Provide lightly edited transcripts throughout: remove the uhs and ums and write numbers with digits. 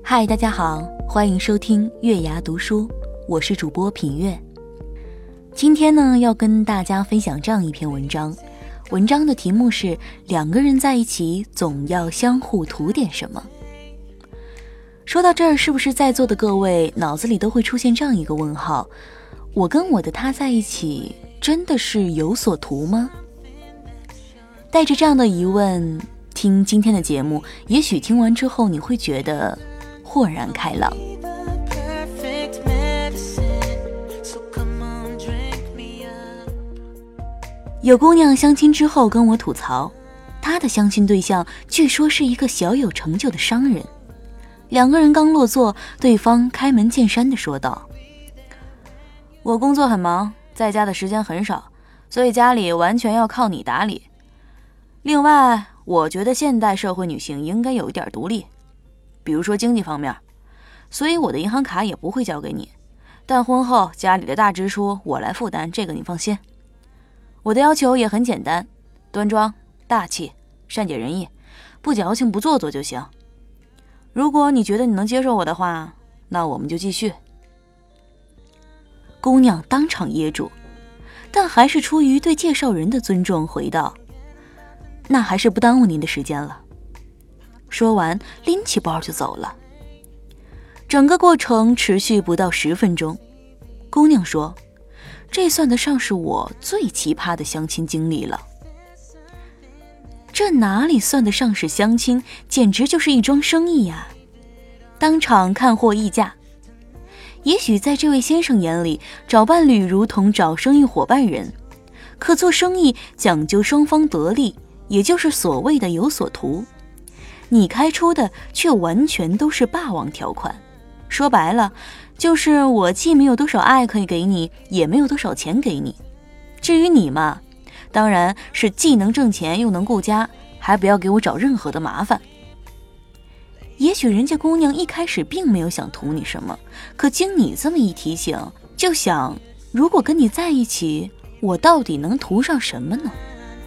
嗨，大家好，欢迎收听月牙读书，我是主播品月。今天呢，要跟大家分享这样一篇文章，文章的题目是两个人在一起总要相互图点什么。说到这儿，是不是在座的各位脑子里都会出现这样一个问号，我跟我的他在一起真的是有所图吗？带着这样的疑问听今天的节目，也许听完之后你会觉得豁然开朗。有姑娘相亲之后跟我吐槽，她的相亲对象据说是一个小有成就的商人。两个人刚落座，对方开门见山地说道：我工作很忙，在家的时间很少，所以家里完全要靠你打理。另外，我觉得现代社会女性应该有一点独立，比如说经济方面，所以我的银行卡也不会交给你，但婚后家里的大支出我来负担，这个你放心。我的要求也很简单，端庄、大气、善解人意，不矫情不做作就行。如果你觉得你能接受我的话，那我们就继续。姑娘当场噎住，但还是出于对介绍人的尊重回道：那还是不耽误您的时间了。说完拎起包就走了。整个过程持续不到10分钟。姑娘说，这算得上是我最奇葩的相亲经历了。这哪里算得上是相亲，简直就是一桩生意呀！当场看货议价。也许在这位先生眼里，找伴侣如同找生意伙伴人，可做生意讲究双方得利，也就是所谓的有所图。你开出的却完全都是霸王条款，说白了，就是我既没有多少爱可以给你，也没有多少钱给你。至于你嘛，当然是既能挣钱又能顾家，还不要给我找任何的麻烦。也许人家姑娘一开始并没有想图你什么，可经你这么一提醒，就想，如果跟你在一起，我到底能图上什么呢？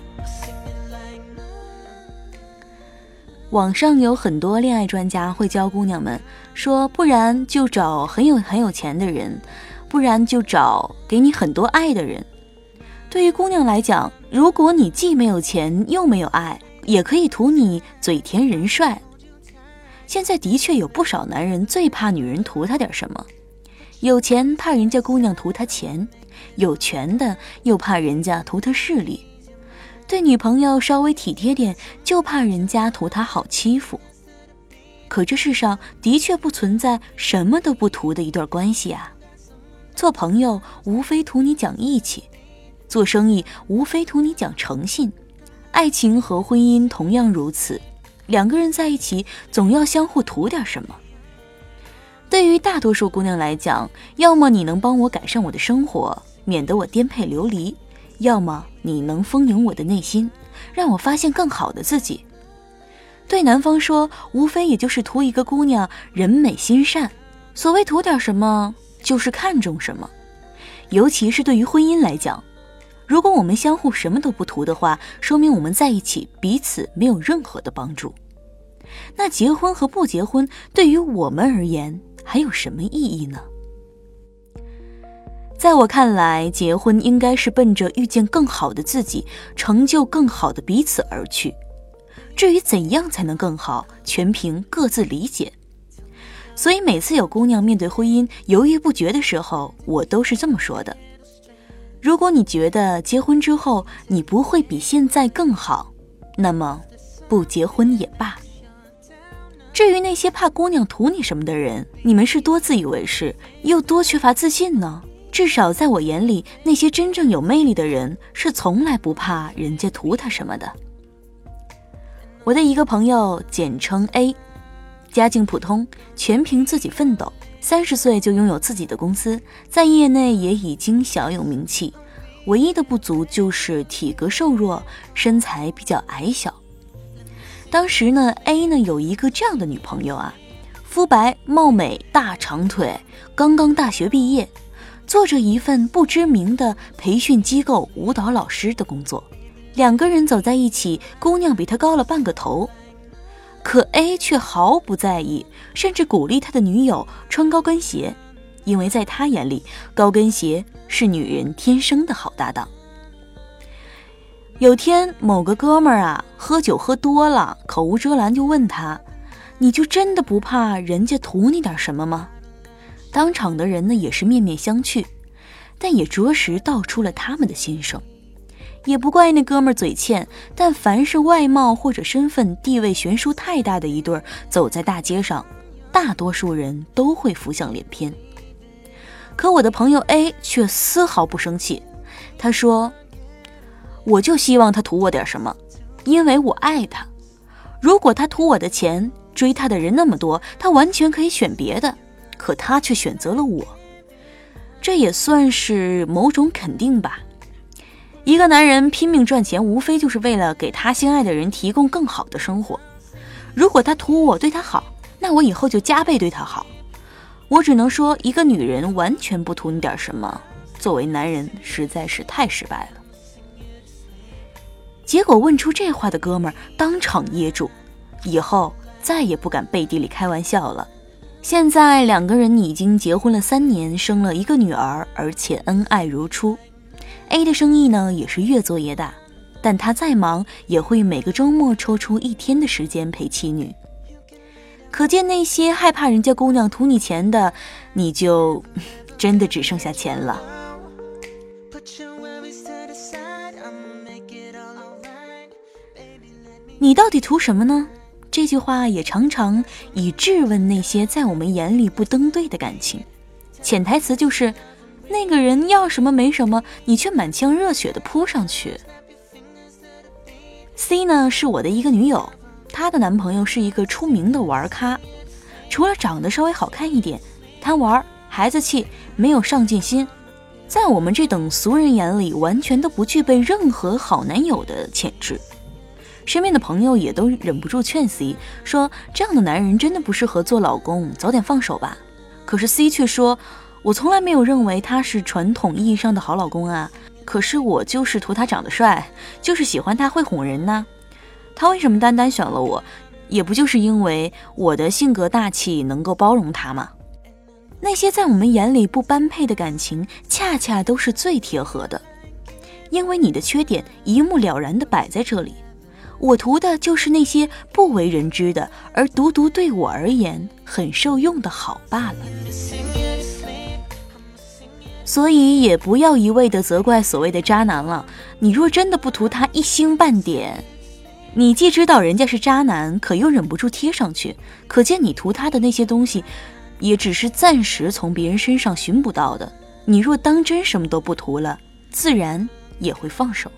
网上有很多恋爱专家会教姑娘们说，不然就找很有钱的人，不然就找给你很多爱的人。对于姑娘来讲，如果你既没有钱又没有爱，也可以图你嘴甜人帅。现在的确有不少男人最怕女人图他点什么，有钱怕人家姑娘图他钱，有权的又怕人家图他势力，对女朋友稍微体贴点，就怕人家图他好欺负。可这世上的确不存在什么都不图的一段关系啊。做朋友无非图你讲义气，做生意无非图你讲诚信，爱情和婚姻同样如此，两个人在一起总要相互图点什么。对于大多数姑娘来讲，要么你能帮我改善我的生活，免得我颠沛流离，要么你能丰盈我的内心，让我发现更好的自己。对男方说，无非也就是图一个姑娘人美心善，所谓图点什么，就是看重什么。尤其是对于婚姻来讲，如果我们相互什么都不图的话，说明我们在一起彼此没有任何的帮助。那结婚和不结婚对于我们而言还有什么意义呢？在我看来，结婚应该是奔着遇见更好的自己，成就更好的彼此而去。至于怎样才能更好，全凭各自理解。所以每次有姑娘面对婚姻犹豫不决的时候，我都是这么说的：如果你觉得结婚之后你不会比现在更好，那么不结婚也罢。至于那些怕姑娘图你什么的人，你们是多自以为是，又多缺乏自信呢？至少在我眼里，那些真正有魅力的人是从来不怕人家图他什么的。我的一个朋友简称 A， 家境普通，全凭自己奋斗，30岁就拥有自己的公司，在业内也已经小有名气，唯一的不足就是体格瘦弱，身材比较矮小。当时呢 A 呢有一个这样的女朋友啊，肤白貌美大长腿，刚刚大学毕业，做着一份不知名的培训机构舞蹈老师的工作。两个人走在一起，姑娘比他高了半个头。 可 A 却毫不在意，甚至鼓励他的女友穿高跟鞋，因为在他眼里，高跟鞋是女人天生的好搭档。有天某个哥们儿喝酒喝多了，口无遮拦就问他，你就真的不怕人家图你点什么吗？当场的人呢也是面面相觑，但也着实道出了他们的心声。也不怪那哥们儿嘴欠，但凡是外貌或者身份地位悬殊太大的一对儿走在大街上，大多数人都会浮想联翩。可我的朋友 A 却丝毫不生气，他说，我就希望他图我点什么，因为我爱他。如果他图我的钱，追他的人那么多，他完全可以选别的，可他却选择了我。这也算是某种肯定吧。一个男人拼命赚钱，无非就是为了给他心爱的人提供更好的生活。如果他图我对他好，那我以后就加倍对他好。我只能说，一个女人完全不图你点什么，作为男人实在是太失败了。结果问出这话的哥们儿当场噎住，以后再也不敢背地里开玩笑了。现在两个人已经结婚了3年，生了一个女儿，而且恩爱如初。A 的生意呢也是越做越大，但他再忙也会每个周末抽出1天的时间陪妻女。可见那些害怕人家姑娘图你钱的，你就真的只剩下钱了。你到底图什么呢？这句话也常常以质问那些在我们眼里不登对的感情，潜台词就是那个人要什么没什么，你却满腔热血地扑上去。C 呢是我的一个女友，她的男朋友是一个出名的玩咖，除了长得稍微好看一点，贪玩、孩子气，没有上进心，在我们这等俗人眼里完全都不具备任何好男友的潜质。身边的朋友也都忍不住劝 C 说，这样的男人真的不适合做老公，早点放手吧。可是 C 却说，我从来没有认为他是传统意义上的好老公啊，可是我就是图他长得帅，就是喜欢他会哄人呢。他为什么单单选了我，也不就是因为我的性格大气，能够包容他吗？那些在我们眼里不般配的感情，恰恰都是最贴合的，因为你的缺点一目了然地摆在这里，我图的就是那些不为人知的，而独独对我而言很受用的好罢了。所以也不要一味地责怪所谓的渣男了，你若真的不图他一星半点，你既知道人家是渣男，可又忍不住贴上去，可见你图他的那些东西也只是暂时从别人身上寻不到的。你若当真什么都不图了，自然也会放手。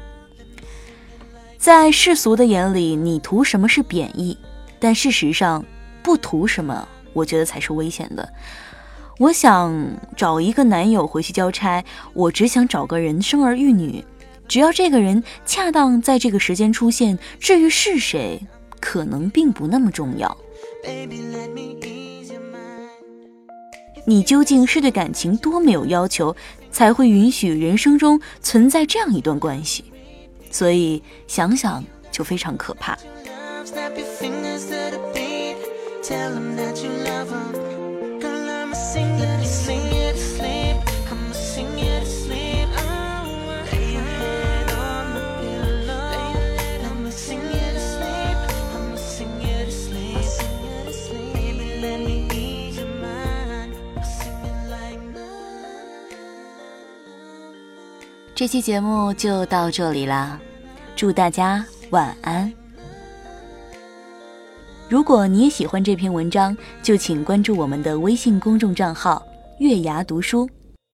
在世俗的眼里，你图什么是贬义，但事实上不图什么，我觉得才是危险的。我想找一个男友回去交差，我只想找个人生儿育女，只要这个人恰当在这个时间出现，至于是谁，可能并不那么重要。你究竟是对感情多没有要求，才会允许人生中存在这样一段关系？所以想想就非常可怕。这期节目就到这里啦，祝大家晚安。如果你也喜欢这篇文章，就请关注我们的微信公众账号月牙读书，